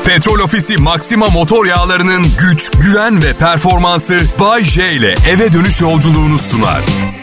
Petrol Ofisi Maxima motor yağlarının güç, güven ve performansı Bay J ile eve dönüş yolculuğunu sunar.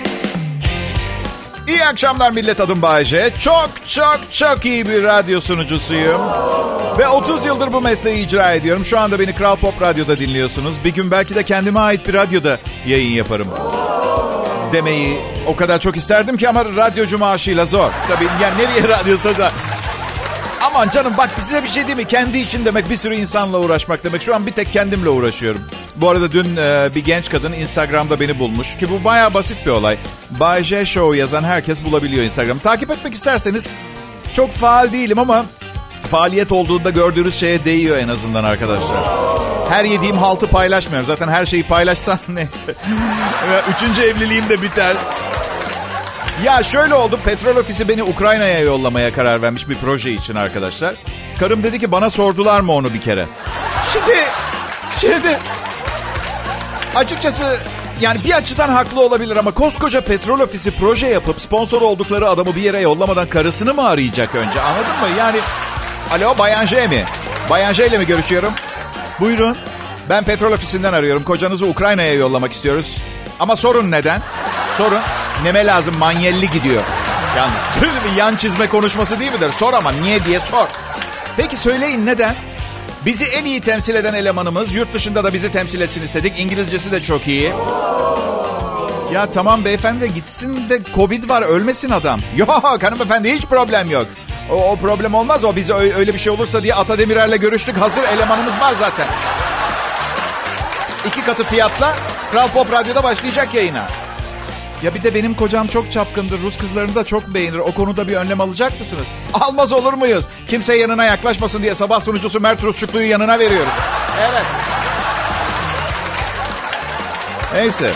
İyi akşamlar millet, adım Bay J. Çok iyi bir radyo sunucusuyum. Ve 30 yıldır bu mesleği icra ediyorum. Şu anda beni Kral Pop Radyo'da dinliyorsunuz. Bir gün belki de kendime ait bir radyoda yayın yaparım demeyi o kadar çok isterdim ki ama radyocu maaşıyla zor. Tabii yani nereye radyosa da. Aman canım bak, size bir şey değil mi? Kendi için demek bir sürü insanla uğraşmak demek. Şu an bir tek kendimle uğraşıyorum. Bu arada dün bir genç kadın Instagram'da beni bulmuş. Ki bu bayağı basit bir olay. Bay J Show yazan herkes bulabiliyor Instagram. Takip etmek isterseniz, çok faal değilim ama faaliyet olduğunda gördüğünüz şeye değiyor en azından arkadaşlar. Her yediğim haltı paylaşmıyorum. Zaten her şeyi paylaşsam neyse. 3. evliliğim de biter. Ya şöyle oldu. Petrol Ofisi beni Ukrayna'ya yollamaya karar vermiş bir proje için arkadaşlar. Karım dedi ki bana sordular mı onu bir kere. Şimdi açıkçası yani bir açıdan haklı olabilir ama koskoca Petrol Ofisi proje yapıp sponsor oldukları adamı bir yere yollamadan karısını mı arayacak önce, anladın mı? Yani alo, Bayan J mi? Bayan J ile mi görüşüyorum? Buyurun. Ben Petrol Ofisi'nden arıyorum. Kocanızı Ukrayna'ya yollamak istiyoruz. Ama sorun neden? Sorun. Neme lazım, manyelli gidiyor. Yalnız bir yan çizme konuşması değil midir? Sor ama niye diye sor. Peki söyleyin neden? Bizi en iyi temsil eden elemanımız, yurt dışında da bizi temsil etsin istedik. İngilizcesi de çok iyi. Ya tamam beyefendi, gitsin de Covid var, ölmesin adam. Yok hanımefendi, hiç problem yok. O problem olmaz, o bize öyle bir şey olursa diye Ata Demirer'le görüştük. Hazır elemanımız var zaten. 2 katı fiyatla Kral Pop Radyo'da başlayacak yayına. Ya bir de benim kocam çok çapkındır. Rus kızlarını da çok beğenir. O konuda bir önlem alacak mısınız? Almaz olur muyuz? Kimse yanına yaklaşmasın diye sabah sunucusu Mert Rusçuklu'yu yanına veriyoruz. Evet. Neyse.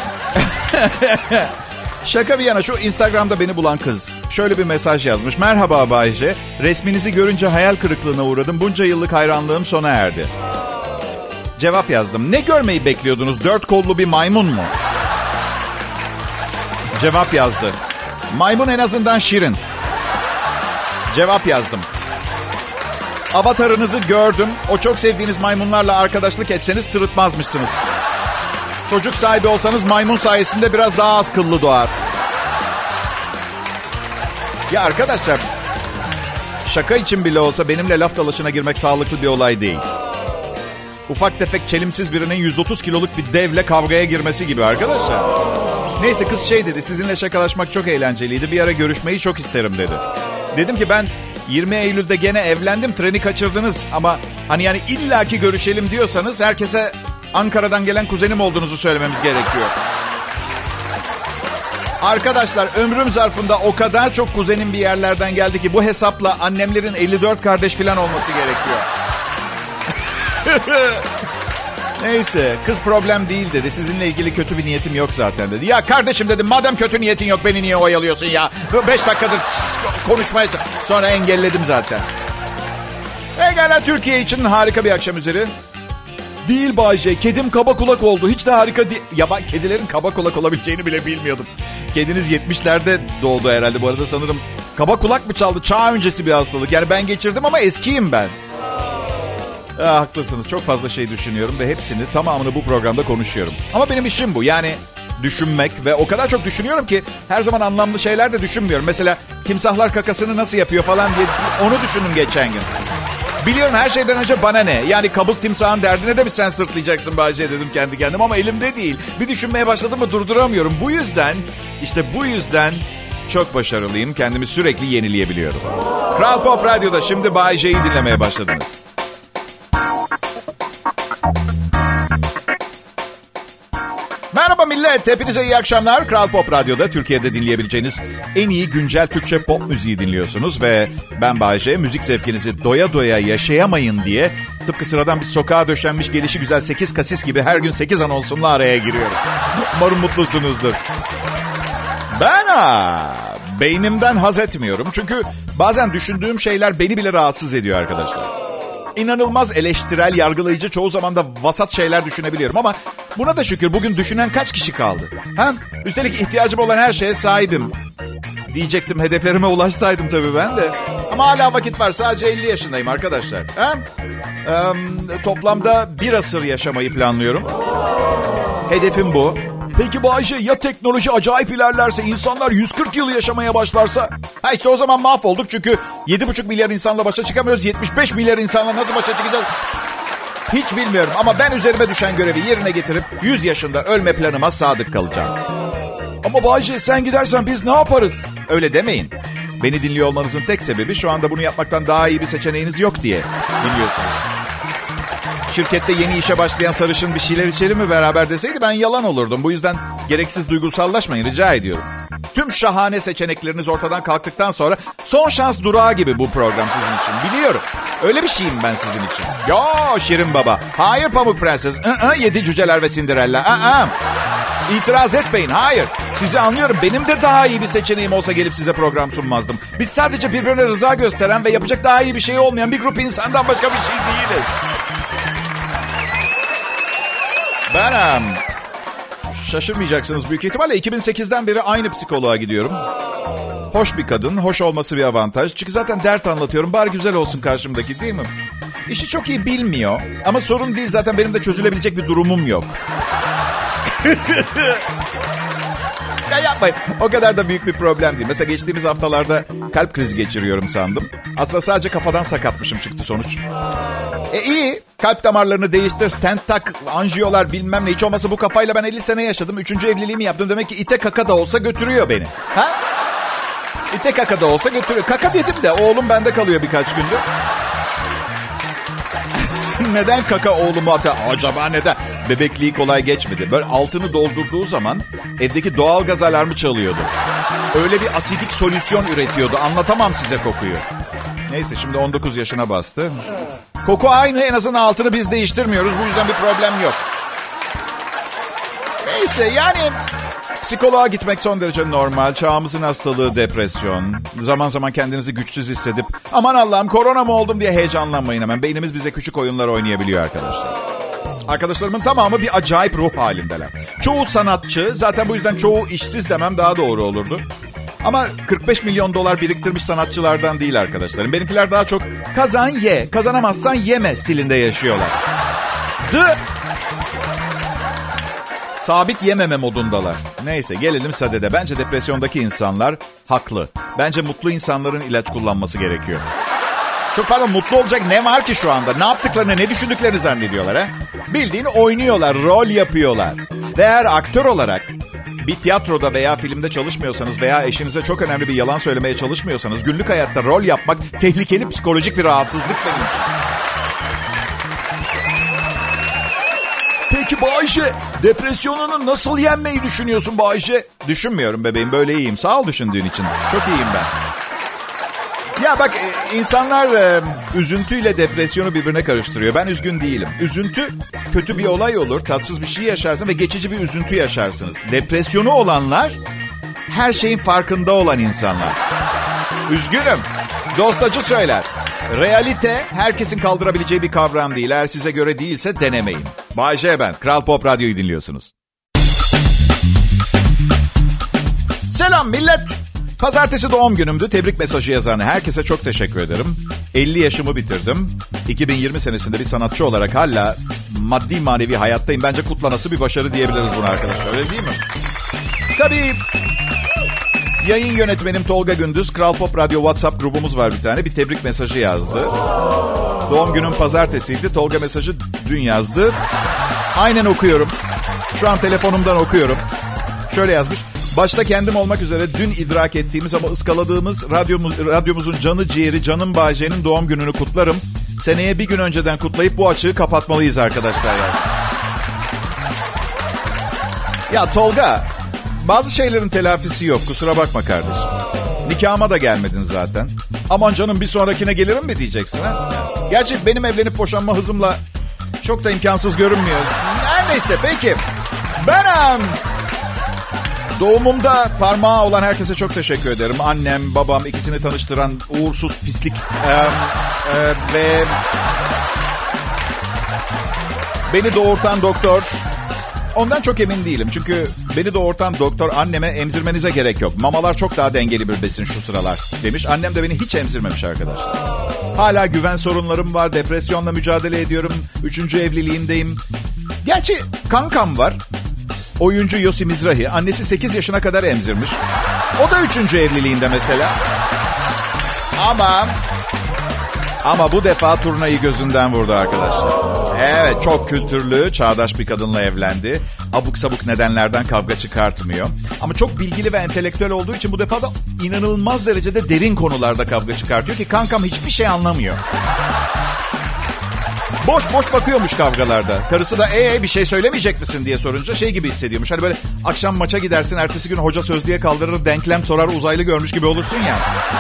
Şaka bir yana, şu Instagram'da beni bulan kız şöyle bir mesaj yazmış. Merhaba Bay J. Resminizi görünce hayal kırıklığına uğradım. Bunca yıllık hayranlığım sona erdi. Cevap yazdım. Ne görmeyi bekliyordunuz? 4 kollu bir maymun mu? Cevap yazdı. Maymun en azından şirin. Cevap yazdım. Avatarınızı gördüm. O çok sevdiğiniz maymunlarla arkadaşlık etseniz sırıtmazmışsınız. Çocuk sahibi olsanız maymun sayesinde biraz daha az kıllı doğar. Ya arkadaşlar, şaka için bile olsa benimle laf dalaşına girmek sağlıklı bir olay değil. Ufak tefek çelimsiz birinin 130 kiloluk bir devle kavgaya girmesi gibi arkadaşlar. Neyse kız şey dedi, sizinle şakalaşmak çok eğlenceliydi. Bir ara görüşmeyi çok isterim dedi. Dedim ki ben 20 Eylül'de gene evlendim, treni kaçırdınız. Ama hani yani illaki görüşelim diyorsanız herkese Ankara'dan gelen kuzenim olduğunuzu söylememiz gerekiyor. Arkadaşlar ömrüm zarfında o kadar çok kuzenim bir yerlerden geldi ki bu hesapla annemlerin 54 kardeş falan olması gerekiyor. Neyse kız problem değil dedi. Sizinle ilgili kötü bir niyetim yok zaten dedi. Ya kardeşim dedim, madem kötü niyetin yok beni niye oyalıyorsun ya? 5 dakikadır konuşmaya... Sonra engelledim zaten. Egala Türkiye için harika bir akşam üzeri. Değil Bay J, kedim kaba kulak oldu. Hiç de harika değil. Ya ben kedilerin kaba kulak olabileceğini bile bilmiyordum. Kediniz 70'lerde doğdu herhalde bu arada sanırım. Kaba kulak mı çaldı? Çağ öncesi bir hastalık. Yani ben geçirdim ama eskiyim ben. Haklısınız. Çok fazla şey düşünüyorum ve hepsini, tamamını bu programda konuşuyorum. Ama benim işim bu. Yani düşünmek ve o kadar çok düşünüyorum ki her zaman anlamlı şeyler de düşünmüyorum. Mesela timsahlar kakasını nasıl yapıyor falan diye onu düşündüm geçen gün. Biliyorum her şeyden önce bana ne? Yani kabus timsahın derdine de mi sen sırtlayacaksın Bahçe dedim kendi kendime ama elimde değil. Bir düşünmeye başladım mı durduramıyorum. Bu yüzden çok başarılıyım. Kendimi sürekli yenileyebiliyorum. Kral Pop Radyo'da şimdi Bay J'yi dinlemeye başladınız. Merhaba millet, hepinize iyi akşamlar. Kral Pop Radyo'da Türkiye'de dinleyebileceğiniz en iyi güncel Türkçe pop müziği dinliyorsunuz. Ve ben Bay J, müzik zevkinizi doya doya yaşayamayın diye tıpkı sıradan bir sokağa döşenmiş gelişigüzel 8 kasis gibi her gün 8 anonsumla araya giriyorum. Umarım mutlusunuzdur. Ben beynimden haz etmiyorum. Çünkü bazen düşündüğüm şeyler beni bile rahatsız ediyor arkadaşlar. İnanılmaz eleştirel, yargılayıcı, çoğu zaman da vasat şeyler düşünebiliyorum ama buna da şükür bugün düşünen kaç kişi kaldı? Üstelik ihtiyacım olan her şeye sahibim. Diyecektim, hedeflerime ulaşsaydım tabii ben de. Ama hala vakit var. Sadece 50 yaşındayım arkadaşlar. Toplamda bir asır yaşamayı planlıyorum. Hedefim bu. Peki Bayce, ya teknoloji acayip ilerlerse, insanlar 140 yıl yaşamaya başlarsa? Ha işte o zaman mahvolduk çünkü 7,5 milyar insanla başa çıkamıyoruz. 75 milyar insanla nasıl başa çıkacağız? Hiç bilmiyorum ama ben üzerime düşen görevi yerine getirip 100 yaşında ölme planıma sadık kalacağım. Ama Bayce, sen gidersen biz ne yaparız? Öyle demeyin. Beni dinliyor olmanızın tek sebebi şu anda bunu yapmaktan daha iyi bir seçeneğiniz yok diye dinliyorsunuz. Şirkette yeni işe başlayan sarışın bir şeyler içelim mi beraber deseydi ben yalan olurdum. Bu yüzden gereksiz duygusallaşmayın, rica ediyorum. Tüm şahane seçenekleriniz ortadan kalktıktan sonra son şans durağı gibi bu program sizin için. Biliyorum. Öyle bir şeyim ben sizin için. Yo Şirin Baba. Hayır Pamuk Prenses. 7 cüceler ve Cinderella. İtiraz etmeyin. Hayır. Sizi anlıyorum. Benim de daha iyi bir seçeneğim olsa gelip size program sunmazdım. Biz sadece birbirine rıza gösteren ve yapacak daha iyi bir şey olmayan bir grup insandan başka bir şey değiliz. Ben şaşırmayacaksınız büyük ihtimalle 2008'den beri aynı psikoloğa gidiyorum. Hoş bir kadın, hoş olması bir avantaj. Çünkü zaten dert anlatıyorum. Bari güzel olsun karşımdaki, değil mi? İşi çok iyi bilmiyor. Ama sorun değil, zaten benim de çözülebilecek bir durumum yok. Ya yapmayın. O kadar da büyük bir problem değil. Mesela geçtiğimiz haftalarda kalp krizi geçiriyorum sandım. Aslında sadece kafadan sakatmışım çıktı sonuç. İyi. Kalp damarlarını değiştir, stent tak, anjiyolar bilmem ne. Hiç olmasa bu kafayla ben 50 sene yaşadım. 3. evliliğimi yaptım. Demek ki ite kaka da olsa götürüyor beni. Ha? İte kaka da olsa götürüyor. Kaka dedim de oğlum bende kalıyor birkaç gündür. Neden kaka oğlumu atıyor? Acaba neden? Bebekliği kolay geçmedi. Böyle altını doldurduğu zaman evdeki doğalgaz alarmı çalıyordu. Öyle bir asidik solüsyon üretiyordu. Anlatamam size kokuyu. Neyse şimdi 19 yaşına bastı. Koku aynı, en azından altını biz değiştirmiyoruz. Bu yüzden bir problem yok. Neyse yani psikoloğa gitmek son derece normal. Çağımızın hastalığı depresyon. Zaman zaman kendinizi güçsüz hissedip aman Allah'ım korona mı oldum diye heyecanlanmayın hemen. Beynimiz bize küçük oyunlar oynayabiliyor arkadaşlar. Arkadaşlarımın tamamı bir acayip ruh halindeler. Çoğu sanatçı, zaten bu yüzden çoğu işsiz demem daha doğru olurdu. Ama 45 milyon dolar biriktirmiş sanatçılardan değil arkadaşlarım. Benimkiler daha çok kazan ye, kazanamazsan yeme stilinde yaşıyorlar. Sabit yememe modundalar. Neyse gelelim sadede. Bence depresyondaki insanlar haklı. Bence mutlu insanların ilaç kullanması gerekiyor. Çok pardon, mutlu olacak ne var ki şu anda? Ne yaptıklarını, ne düşündüklerini zannediyorlar ha? Bildiğin oynuyorlar, rol yapıyorlar. Ve eğer aktör olarak bir tiyatroda veya filmde çalışmıyorsanız veya eşinize çok önemli bir yalan söylemeye çalışmıyorsanız günlük hayatta rol yapmak tehlikeli psikolojik bir rahatsızlık benim için. Peki Bayce, depresyonunu nasıl yenmeyi düşünüyorsun Bayce? Düşünmüyorum bebeğim, böyle iyiyim. Sağ ol düşündüğün için. Çok iyiyim ben. Ya bak insanlar üzüntüyle depresyonu birbirine karıştırıyor. Ben üzgün değilim. Üzüntü kötü bir olay olur, tatsız bir şey yaşarsın ve geçici bir üzüntü yaşarsınız. Depresyonu olanlar her şeyin farkında olan insanlar. Üzgünüm. Dost acı söyler. Realite herkesin kaldırabileceği bir kavram değil. Eğer size göre değilse denemeyin. Bay J ben. Kral Pop Radyo'yu dinliyorsunuz. Selam millet. Pazartesi doğum günümdü. Tebrik mesajı yazan herkese çok teşekkür ederim. 50 yaşımı bitirdim. 2020 senesinde bir sanatçı olarak hala maddi manevi hayattayım. Bence kutlanası bir başarı diyebiliriz buna arkadaşlar. Öyle değil mi? Tabii yayın yönetmenim Tolga Gündüz, Kral Pop Radyo WhatsApp grubumuz var bir tane. Bir tebrik mesajı yazdı. Doğum günüm pazartesiydi. Tolga mesajı dün yazdı. Aynen okuyorum. Şu an telefonumdan okuyorum. Şöyle yazmış. Başta kendim olmak üzere dün idrak ettiğimiz ama ıskaladığımız radyomuzun canı ciğeri Canım Bayce'nin doğum gününü kutlarım. Seneye bir gün önceden kutlayıp bu açığı kapatmalıyız arkadaşlar ya. Ya Tolga, bazı şeylerin telafisi yok, kusura bakma kardeşim. Nikahıma da gelmedin zaten. Aman canım bir sonrakine gelirim mi diyeceksin ha? Gerçi benim evlenip boşanma hızımla çok da imkansız görünmüyor. Her neyse peki. Ben doğumumda parmağı olan herkese çok teşekkür ederim. Annem, babam, ikisini tanıştıran uğursuz pislik ve beni doğurtan doktor Ondan çok emin değilim. Çünkü beni doğurtan doktor anneme emzirmenize gerek yok. Mamalar çok daha dengeli bir besin şu sıralar demiş. Annem de beni hiç emzirmemiş arkadaşlar. Hala güven sorunlarım var. Depresyonla mücadele ediyorum. 3. evliliğimdeyim. Gerçi kankam var. Oyuncu Yossi Mizrahi. Annesi 8 yaşına kadar emzirmiş. O da 3. evliliğinde mesela. Ama bu defa turnayı gözünden vurdu arkadaşlar. Evet, çok kültürlü, çağdaş bir kadınla evlendi. Abuk sabuk nedenlerden kavga çıkartmıyor. Ama çok bilgili ve entelektüel olduğu için bu defa da inanılmaz derecede derin konularda kavga çıkartıyor ki kankam hiçbir şey anlamıyor. Boş boş bakıyormuş kavgalarda. Karısı da bir şey söylemeyecek misin diye sorunca şey gibi hissediyormuş. Hani böyle akşam maça gidersin, ertesi gün hoca sözlüğe kaldırır, denklem sorar, uzaylı görmüş gibi olursun ya.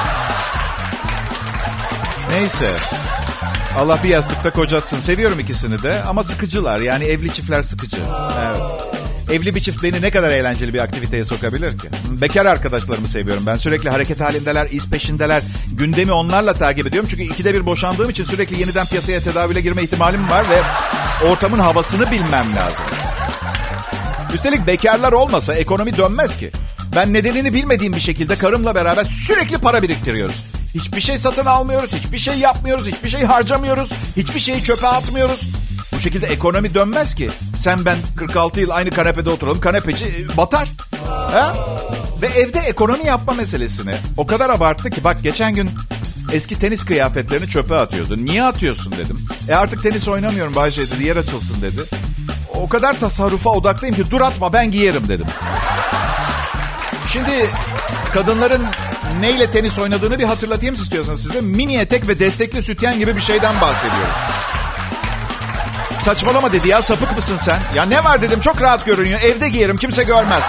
Neyse. Allah bir yastıkta kocatsın. Seviyorum ikisini de ama sıkıcılar. Yani evli çiftler sıkıcı. Evet. Evli bir çift beni ne kadar eğlenceli bir aktiviteye sokabilir ki? Bekar arkadaşlarımı seviyorum. Ben sürekli hareket halindeler, iz peşindeler. Gündemi onlarla takip ediyorum. Çünkü 2'de 1 boşandığım için sürekli yeniden piyasaya tedavüle girme ihtimalim var ve ortamın havasını bilmem lazım. Üstelik bekarlar olmasa ekonomi dönmez ki. Ben nedenini bilmediğim bir şekilde karımla beraber sürekli para biriktiriyoruz. Hiçbir şey satın almıyoruz, hiçbir şey yapmıyoruz, hiçbir şey harcamıyoruz, hiçbir şeyi çöpe atmıyoruz. Bu şekilde ekonomi dönmez ki. Sen ben 46 yıl aynı kanepede oturalım, kanepeci batar. Ha? Ve evde ekonomi yapma meselesini o kadar abarttı ki bak geçen gün eski tenis kıyafetlerini çöpe atıyordu. Niye atıyorsun dedim. Artık tenis oynamıyorum Bayce dedi, yer açılsın dedi. O kadar tasarrufa odaklıyım ki dur atma ben giyerim dedim. Şimdi kadınların neyle tenis oynadığını bir hatırlatayım istiyorsanız size. Mini etek ve destekli sütyen gibi bir şeyden bahsediyoruz. Saçmalama dedi ya, sapık mısın sen? Ya ne var dedim, çok rahat görünüyor. Evde giyerim, kimse görmez.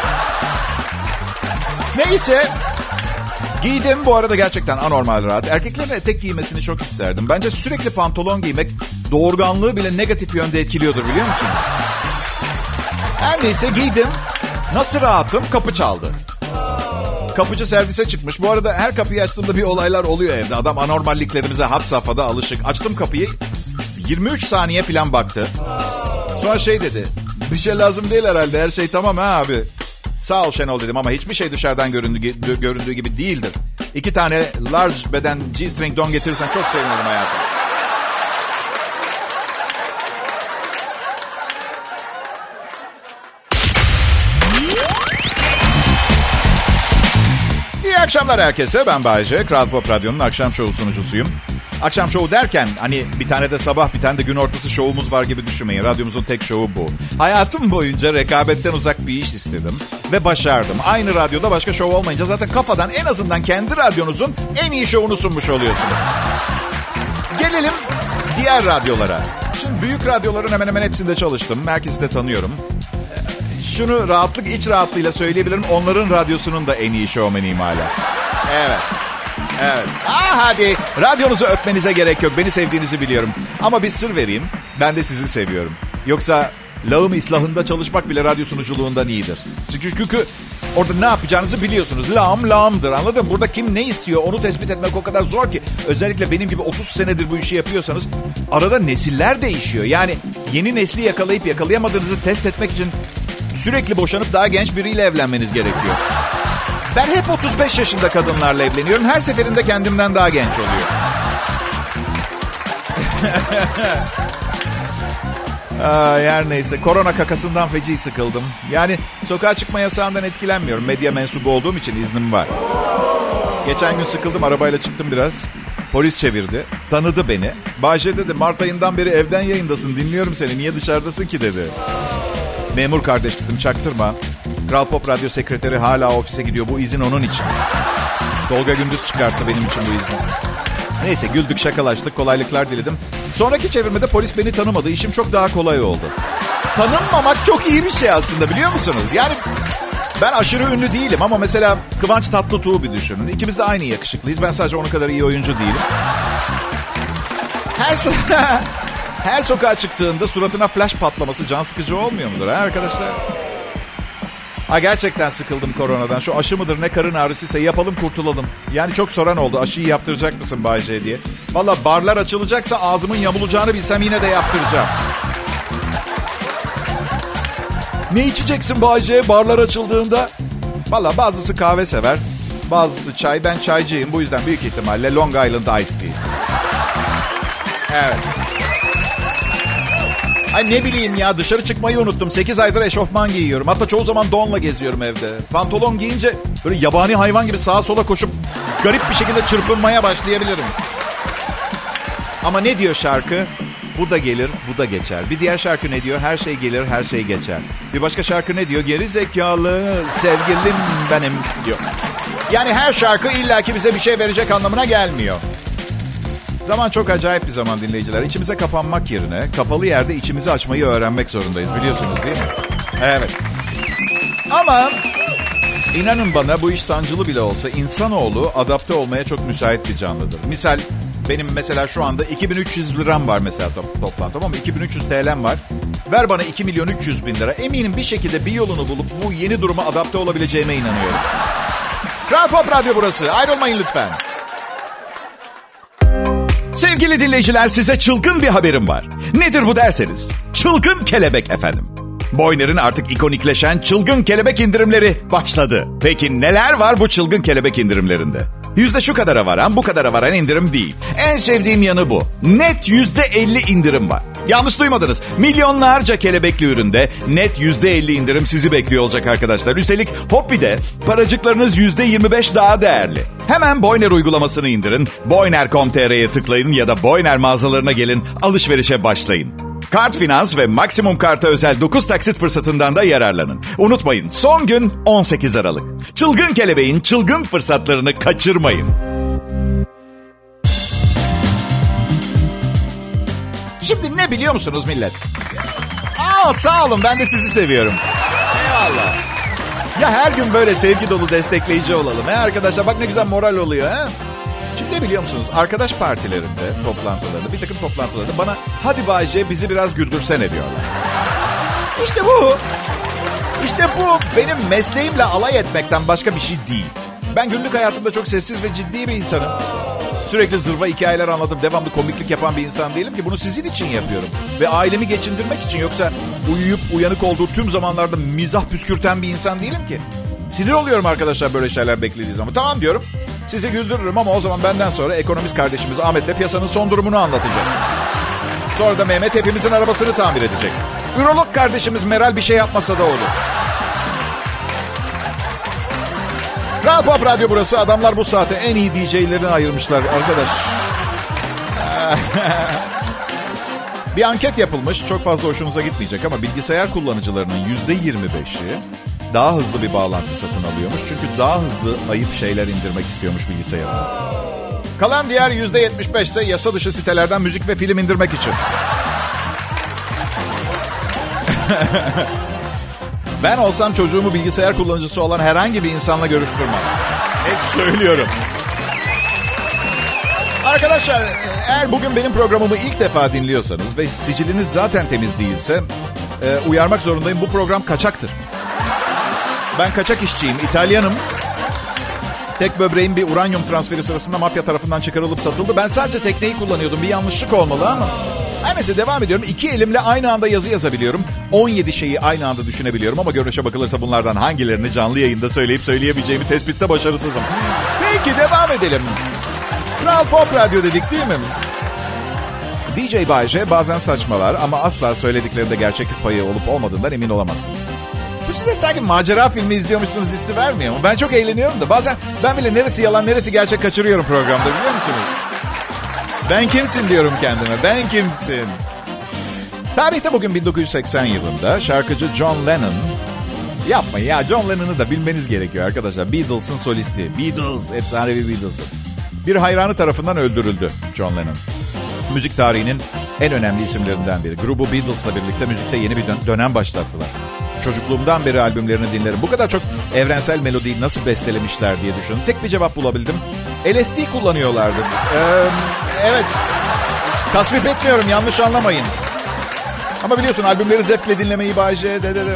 Neyse. Giydim, bu arada gerçekten anormal rahat. Erkeklerin etek giymesini çok isterdim. Bence sürekli pantolon giymek doğurganlığı bile negatif yönde etkiliyordur biliyor musun? Her neyse giydim. Nasıl rahatım? Kapı çaldı. Kapıcı servise çıkmış. Bu arada her kapıyı açtığımda bir olaylar oluyor evde. Adam anormalliklerimize had safhada alışık. Açtım kapıyı. 23 saniye falan baktı. Sonra şey dedi. Bir şey lazım değil herhalde. Her şey tamam ha abi. Sağ ol Şenol dedim ama hiçbir şey dışarıdan göründüğü gibi değildir. 2 tane large beden G-string don getirirsen çok sevinirim hayatım. İyi akşamlar herkese. Ben Bayce. Kral Pop Radyo'nun akşam şovu sunucusuyum. Akşam şovu derken hani bir tane de sabah bir tane de gün ortası şovumuz var gibi düşünmeyin. Radyomuzun tek şovu bu. Hayatım boyunca rekabetten uzak bir iş istedim ve başardım. Aynı radyoda başka şov olmayınca zaten kafadan en azından kendi radyonuzun en iyi şovunu sunmuş oluyorsunuz. Gelelim diğer radyolara. Şimdi büyük radyoların hemen hemen hepsinde çalıştım. Herkesi de tanıyorum. Şunu rahatlık iç rahatlığıyla söyleyebilirim. Onların radyosunun da en iyi şovmeniyim hala. Evet. Evet. Hadi. Radyonuzu öpmenize gerek yok. Beni sevdiğinizi biliyorum. Ama bir sır vereyim. Ben de sizi seviyorum. Yoksa lağım islahında çalışmak bile radyo sunuculuğundan iyidir. Çünkü orada ne yapacağınızı biliyorsunuz. Lağım lağımdır, anladın mı? Burada kim ne istiyor onu tespit etmek o kadar zor ki. Özellikle benim gibi 30 senedir bu işi yapıyorsanız arada nesiller değişiyor. Yani yeni nesli yakalayıp yakalayamadığınızı test etmek için sürekli boşanıp daha genç biriyle evlenmeniz gerekiyor. Ben hep 35 yaşında kadınlarla evleniyorum. Her seferinde kendimden daha genç oluyor. Her neyse. Korona kakasından feci sıkıldım. Yani sokağa çıkma yasağından etkilenmiyorum. Medya mensubu olduğum için iznim var. Geçen gün sıkıldım. Arabayla çıktım biraz. Polis çevirdi. Tanıdı beni. Bahçe dedi, Mart ayından beri evden yayındasın. Dinliyorum seni. Niye dışarıdasın ki dedi. Memur kardeş dedim, çaktırma. Kral Pop Radyo sekreteri hala ofise gidiyor. Bu izin onun için. Tolga Gündüz çıkarttı benim için bu izni. Neyse güldük, şakalaştık, kolaylıklar diledim. Sonraki çevirmede polis beni tanımadı. İşim çok daha kolay oldu. Tanınmamak çok iyi bir şey aslında, biliyor musunuz? Yani ben aşırı ünlü değilim ama mesela Kıvanç Tatlıtuğ'u bir düşünün. İkimiz de aynı yakışıklıyız. Ben sadece onun kadar iyi oyuncu değilim. Her sokağa çıktığında suratına flash patlaması can sıkıcı olmuyor mudur ha arkadaşlar? Gerçekten sıkıldım koronadan. Şu aşı mıdır ne karın ağrısıysa yapalım kurtulalım. Yani çok soran oldu, aşıyı yaptıracak mısın Bayce diye. Valla barlar açılacaksa ağzımın yamulacağını bilsem yine de yaptıracağım. Ne içeceksin Bay J barlar açıldığında? Valla bazısı kahve sever, bazısı çay. Ben çaycıyım, bu yüzden büyük ihtimalle Long Island Iced Tea. Evet. Ay ne bileyim ya, dışarı çıkmayı unuttum. 8 aydır eşofman giyiyorum. Hatta çoğu zaman donla geziyorum evde. Pantolon giyince böyle yabani hayvan gibi sağa sola koşup garip bir şekilde çırpınmaya başlayabilirim. Ama ne diyor şarkı? Bu da gelir, bu da geçer. Bir diğer şarkı ne diyor? Her şey gelir, her şey geçer. Bir başka şarkı ne diyor? Geri zekalı sevgilim benim diyor. Yani her şarkı illaki bize bir şey verecek anlamına gelmiyor. Zaman çok acayip bir zaman dinleyiciler. İçimize kapanmak yerine kapalı yerde içimizi açmayı öğrenmek zorundayız. Biliyorsunuz değil mi? Evet. Ama inanın bana, bu iş sancılı bile olsa insanoğlu adapte olmaya çok müsait bir canlıdır. Misal benim mesela şu anda 2300 liram var mesela toplam, tamam mı? 2300 TL'm var. Ver bana 2.300.000 lira. Eminim bir şekilde bir yolunu bulup bu yeni duruma adapte olabileceğime inanıyorum. Kral Pop Radyo burası. Ayrılmayın lütfen. Sevgili dinleyiciler, size çılgın bir haberim var. Nedir bu derseniz? Çılgın kelebek efendim. Boyner'in artık ikonikleşen çılgın kelebek indirimleri başladı. Peki neler var bu çılgın kelebek indirimlerinde? Yüzde şu kadara varan, bu kadara varan indirim değil. En sevdiğim yanı bu. Net %50 indirim var. Yanlış duymadınız. Milyonlarca kelebekli üründe net %50 indirim sizi bekliyor olacak arkadaşlar. Üstelik Hoppi'de paracıklarınız %25 daha değerli. Hemen Boyner uygulamasını indirin. Boyner.com.tr'ye tıklayın ya da Boyner mağazalarına gelin, alışverişe başlayın. Kart Finans ve Maksimum Kart'a özel 9 taksit fırsatından da yararlanın. Unutmayın, son gün 18 Aralık. Çılgın kelebeğin çılgın fırsatlarını kaçırmayın. Şimdi ne biliyor musunuz millet? Sağ olun, ben de sizi seviyorum. Eyvallah. Ya her gün böyle sevgi dolu destekleyici olalım. Arkadaşlar bak ne güzel moral oluyor. Şimdi ne biliyor musunuz? Arkadaş partilerinde, toplantılarında, bir takım toplantılarda bana hadi Bay J bizi biraz güldürsene diyorlar. İşte bu benim mesleğimle alay etmekten başka bir şey değil. Ben günlük hayatımda çok sessiz ve ciddi bir insanım. Sürekli zırva hikayeler anlatıp devamlı komiklik yapan bir insan değilim ki. Bunu sizin için yapıyorum. Ve ailemi geçindirmek için. Yoksa uyuyup uyanık olduğu tüm zamanlarda mizah püskürten bir insan değilim ki. Sinir oluyorum arkadaşlar böyle şeyler beklediği zaman. Tamam diyorum, sizi güldürürüm ama o zaman benden sonra ekonomist kardeşimiz Ahmet'le piyasanın son durumunu anlatacak. Sonra da Mehmet hepimizin arabasını tamir edecek. Ürolog kardeşimiz Meral bir şey yapmasa da olur. Kral Pop Radyo burası. Adamlar bu saate en iyi DJ'lerini ayırmışlar arkadaş. Bir anket yapılmış. Çok fazla hoşunuza gitmeyecek ama bilgisayar kullanıcılarının %25'i daha hızlı bir bağlantı satın alıyormuş. Çünkü daha hızlı ayıp şeyler indirmek istiyormuş bilgisayarına. Kalan diğer %75 ise yasa dışı sitelerden müzik ve film indirmek için. Ben olsam çocuğumu bilgisayar kullanıcısı olan herhangi bir insanla görüştürmem. Hep söylüyorum. Arkadaşlar, eğer bugün benim programımı ilk defa dinliyorsanız ve siciliniz zaten temiz değilse uyarmak zorundayım. Bu program kaçaktır. Ben kaçak işçiyim, İtalyanım. Tek böbreğim bir uranyum transferi sırasında mafya tarafından çıkarılıp satıldı. Ben sadece tekneyi kullanıyordum. Bir yanlışlık olmalı ama. Her neyse devam ediyorum. 2 elimle aynı anda yazı yazabiliyorum. 17 şeyi aynı anda düşünebiliyorum. Ama görünüşe bakılırsa bunlardan hangilerini canlı yayında söyleyip söyleyemeyeceğimi tespitte başarısızım. Peki devam edelim. Kral Pop Radyo dedik değil mi? DJ Bay J bazen saçmalar ama asla söylediklerinde gerçeklik payı olup olmadığından emin olamazsınız. Bu size sanki macera filmi izliyormuşsunuz hissi vermiyor mu? Ben çok eğleniyorum da bazen ben bile neresi yalan neresi gerçek kaçırıyorum programda, biliyor musunuz? Ben kimsin diyorum kendime. Ben kimsin? Tarihte bugün 1980 yılında şarkıcı John Lennon... Yapmayın ya, John Lennon'ı da bilmeniz gerekiyor arkadaşlar. Beatles'ın solisti. Beatles, efsanevi Beatles'ın. Bir hayranı tarafından öldürüldü John Lennon. Müzik tarihinin en önemli isimlerinden biri. Grubu Beatles'la birlikte müzikte yeni bir dönem başlattılar. Çocukluğumdan beri albümlerini dinlerim. Bu kadar çok evrensel melodiyi nasıl bestelemişler diye düşündüm. Tek bir cevap bulabildim. LSD kullanıyorlardı. Evet. Tasvip etmiyorum, yanlış anlamayın. Ama biliyorsun albümleri zevkle dinlemeyi Bay J dedim.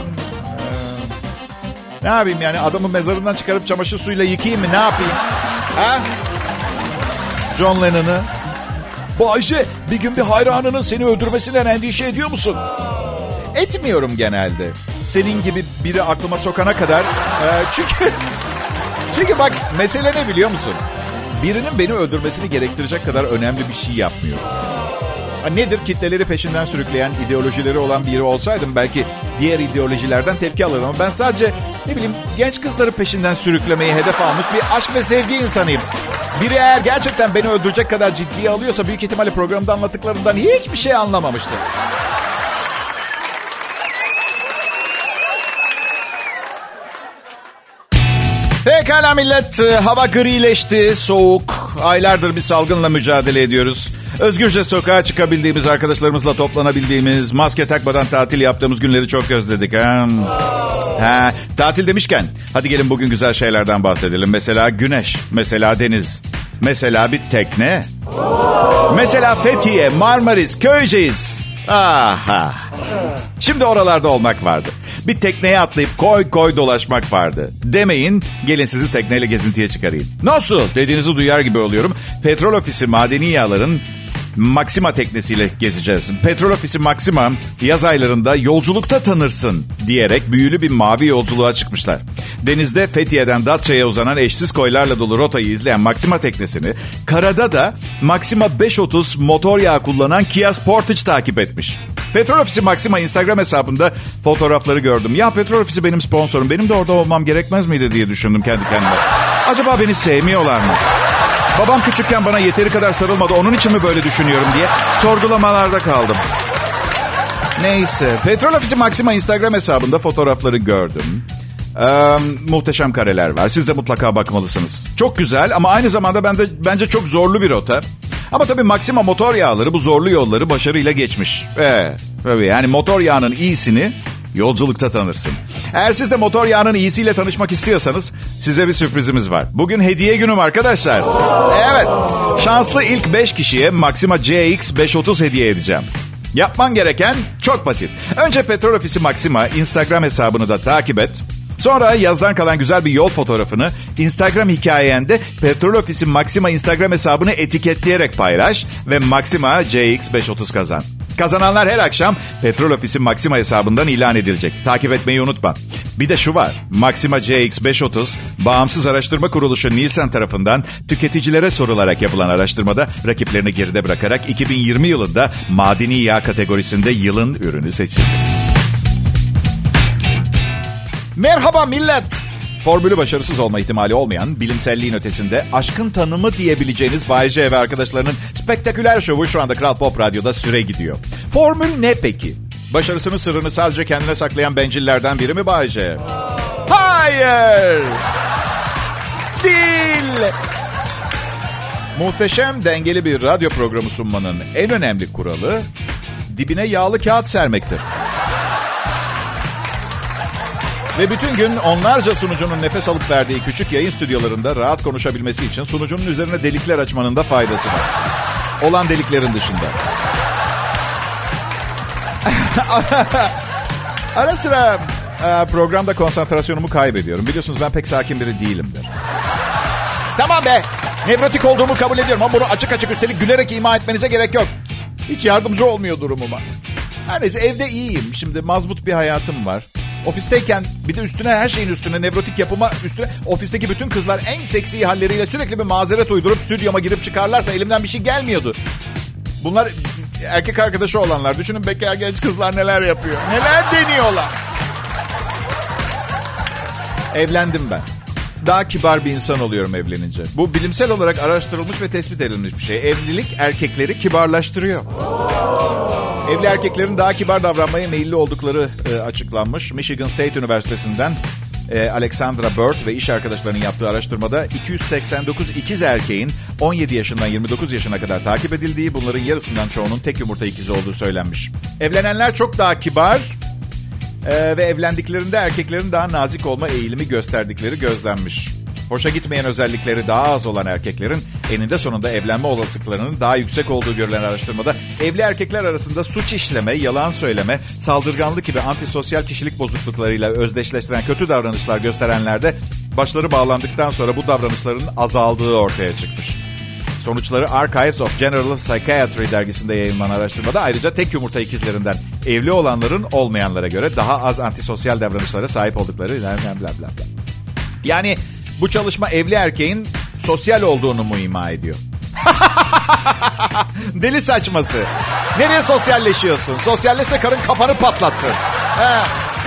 Ne yapayım yani, adamı mezarından çıkarıp çamaşır suyuyla yıkayayım mı, ne yapayım? Ha? John Lennon'ı. Bay J, bir gün bir hayranının seni öldürmesinden endişe ediyor musun? Etmiyorum genelde. Senin gibi biri aklıma sokana kadar. Çünkü bak mesele ne biliyor musun? Birinin beni öldürmesini gerektirecek kadar önemli bir şey yapmıyor. Nedir? Kitleleri peşinden sürükleyen, ideolojileri olan biri olsaydım belki diğer ideolojilerden tepki alırdım. Ama ben sadece genç kızları peşinden sürüklemeyi hedef almış bir aşk ve sevgi insanıyım. Biri eğer gerçekten beni öldürecek kadar ciddiye alıyorsa büyük ihtimalle programda anlattıklarından hiçbir şey anlamamıştı. Pekala millet, hava grileşti, soğuk. Aylardır bir salgınla mücadele ediyoruz. Özgürce sokağa çıkabildiğimiz, arkadaşlarımızla toplanabildiğimiz, maske takmadan tatil yaptığımız günleri çok özledik. Tatil demişken hadi gelin bugün güzel şeylerden bahsedelim. Mesela güneş, mesela deniz, mesela bir tekne. Mesela Fethiye, Marmaris, Köyceğiz. Şimdi oralarda olmak vardı. Bir tekneye atlayıp koy dolaşmak vardı. Demeyin, gelin sizi tekneyle gezintiye çıkarayım. Nasıl dediğinizi duyar gibi oluyorum. Petrol Ofisi madeni yağların Maxima teknesiyle gezeceğiz. Petrol Ofisi Maxima yaz aylarında yolculukta tanırsın diyerek büyülü bir mavi yolculuğa çıkmışlar. Denizde Fethiye'den Datça'ya uzanan eşsiz koylarla dolu rotayı izleyen Maxima teknesini, karada da Maxima 530 motor yağı kullanan Kia Sportage takip etmiş. Petrol Ofisi Maxima Instagram hesabında fotoğrafları gördüm. Ya Petrol Ofisi benim sponsorum, benim de orada olmam gerekmez miydi diye düşündüm kendi kendime. Acaba beni sevmiyorlar mı? Babam küçükken bana yeteri kadar sarılmadı, onun için mi böyle düşünüyorum diye sorgulamalarda kaldım. Neyse, Petrol Ofisi Maxima Instagram hesabında fotoğrafları gördüm. Muhteşem kareler var. Siz de mutlaka bakmalısınız. Çok güzel ama aynı zamanda bence çok zorlu bir rota. Ama tabii Maxima motor yağları bu zorlu yolları başarıyla geçmiş. Tabii yani motor yağının iyisini yolculukta tanırsın. Eğer siz de motor yağının iyisiyle tanışmak istiyorsanız size bir sürprizimiz var. Bugün hediye günüm arkadaşlar. Evet, şanslı ilk 5 kişiye Maxima CX530 hediye edeceğim. Yapman gereken çok basit. Önce Petrol Ofisi Maxima Instagram hesabını da takip et. Sonra yazdan kalan güzel bir yol fotoğrafını Instagram hikayende Petrol Ofisi Maxima Instagram hesabını etiketleyerek paylaş ve Maxima CX530 kazan. Kazananlar her akşam Petrol Ofisi Maxima hesabından ilan edilecek. Takip etmeyi unutma. Bir de şu var. Maxima CX530, bağımsız araştırma kuruluşu Nielsen tarafından tüketicilere sorularak yapılan araştırmada rakiplerini geride bırakarak 2020 yılında madeni yağ kategorisinde yılın ürünü seçildi. Merhaba millet. Formülü başarısız olma ihtimali olmayan, bilimselliğin ötesinde aşkın tanımı diyebileceğiniz Bay J ve arkadaşlarının spektaküler şovu şu anda Kral Pop Radyo'da süre gidiyor. Formül ne peki? Başarısının sırrını sadece kendine saklayan bencillerden biri mi Bay J? Hayır! Değil! Muhteşem, dengeli bir radyo programı sunmanın en önemli kuralı dibine yağlı kağıt sermektir. Ve bütün gün onlarca sunucunun nefes alıp verdiği küçük yayın stüdyolarında rahat konuşabilmesi için sunucunun üzerine delikler açmanın da faydası var. Olan deliklerin dışında. Ara sıra programda konsantrasyonumu kaybediyorum. Biliyorsunuz ben pek sakin biri değilimdir. Tamam be, nevrotik olduğumu kabul ediyorum ama bunu açık açık üstelik gülerek ima etmenize gerek yok. Hiç yardımcı olmuyor durumuma. Her neyse, evde iyiyim. Şimdi mazbut bir hayatım var. Ofisteyken bir de üstüne, her şeyin üstüne, nevrotik yapıma üstüne, ofisteki bütün kızlar en seksi halleriyle sürekli bir mazeret uydurup stüdyoma girip çıkarlarsa elimden bir şey gelmiyordu. Bunlar erkek arkadaşı olanlar. Düşünün bekar genç kızlar neler yapıyor. Neler deniyorlar. Evlendim ben. Daha kibar bir insan oluyorum evlenince. Bu bilimsel olarak araştırılmış ve tespit edilmiş bir şey. Evlilik erkekleri kibarlaştırıyor. Evli erkeklerin daha kibar davranmaya meyilli oldukları açıklanmış. Michigan State Üniversitesi'nden Alexandra Bird ve iş arkadaşlarının yaptığı araştırmada 289 ikiz erkeğin 17 yaşından 29 yaşına kadar takip edildiği, bunların yarısından çoğunun tek yumurta ikizi olduğu söylenmiş. Evlenenler çok daha kibar ve evlendiklerinde erkeklerin daha nazik olma eğilimi gösterdikleri gözlenmiş. Hoşa gitmeyen özellikleri daha az olan erkeklerin eninde sonunda evlenme olasılıklarının daha yüksek olduğu görülen araştırmada evli erkekler arasında suç işleme, yalan söyleme, saldırganlık gibi antisosyal kişilik bozukluklarıyla özdeşleştiren kötü davranışlar gösterenlerde başları bağlandıktan sonra bu davranışların azaldığı ortaya çıkmış. Sonuçları Archives of General Psychiatry dergisinde yayınlanan araştırmada ayrıca tek yumurta ikizlerinden evli olanların olmayanlara göre daha az antisosyal davranışlara sahip oldukları bla bla bla. Yani bu çalışma evli erkeğin sosyal olduğunu mu ima ediyor? Deli saçması. Nereye sosyalleşiyorsun? Sosyalleş de karın kafanı patlatsın. He.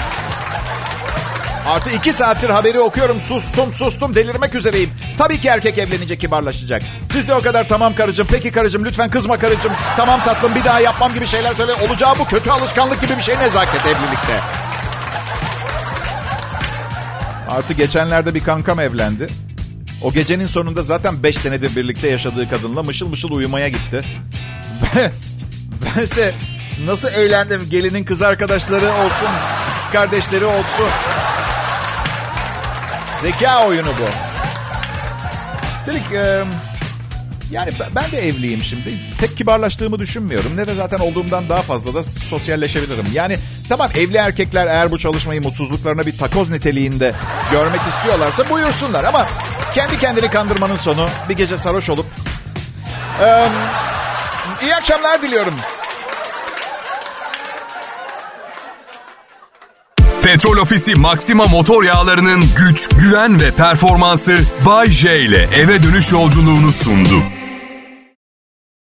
Artı 2 saattir haberi okuyorum. Sustum delirmek üzereyim. Tabii ki erkek evlenince kibarlaşacak. Siz de o kadar tamam karıcığım, peki karıcığım, lütfen kızma karıcığım, tamam tatlım, bir daha yapmam gibi şeyler söyle. Olacağı bu, kötü alışkanlık gibi bir şey nezaket evlilikte. Artı geçenlerde bir kankam evlendi. O gecenin sonunda zaten 5 senedir birlikte yaşadığı kadınla mışıl mışıl uyumaya gitti. Bense nasıl eğlendim. Gelinin kız arkadaşları olsun, kız kardeşleri olsun. Zeka oyunu bu. Üstelik yani ben de evliyim şimdi. Pek kibarlaştığımı düşünmüyorum. Ne de zaten olduğumdan daha fazla da sosyalleşebilirim. Yani tamam, evli erkekler eğer bu çalışmayı mutsuzluklarına bir takoz niteliğinde görmek istiyorlarsa buyursunlar. Ama kendi kendini kandırmanın sonu bir gece sarhoş olup... İyi akşamlar diliyorum. Petrol Ofisi Maxima motor yağlarının güç, güven ve performansı Bay J ile eve dönüş yolculuğunu sundu.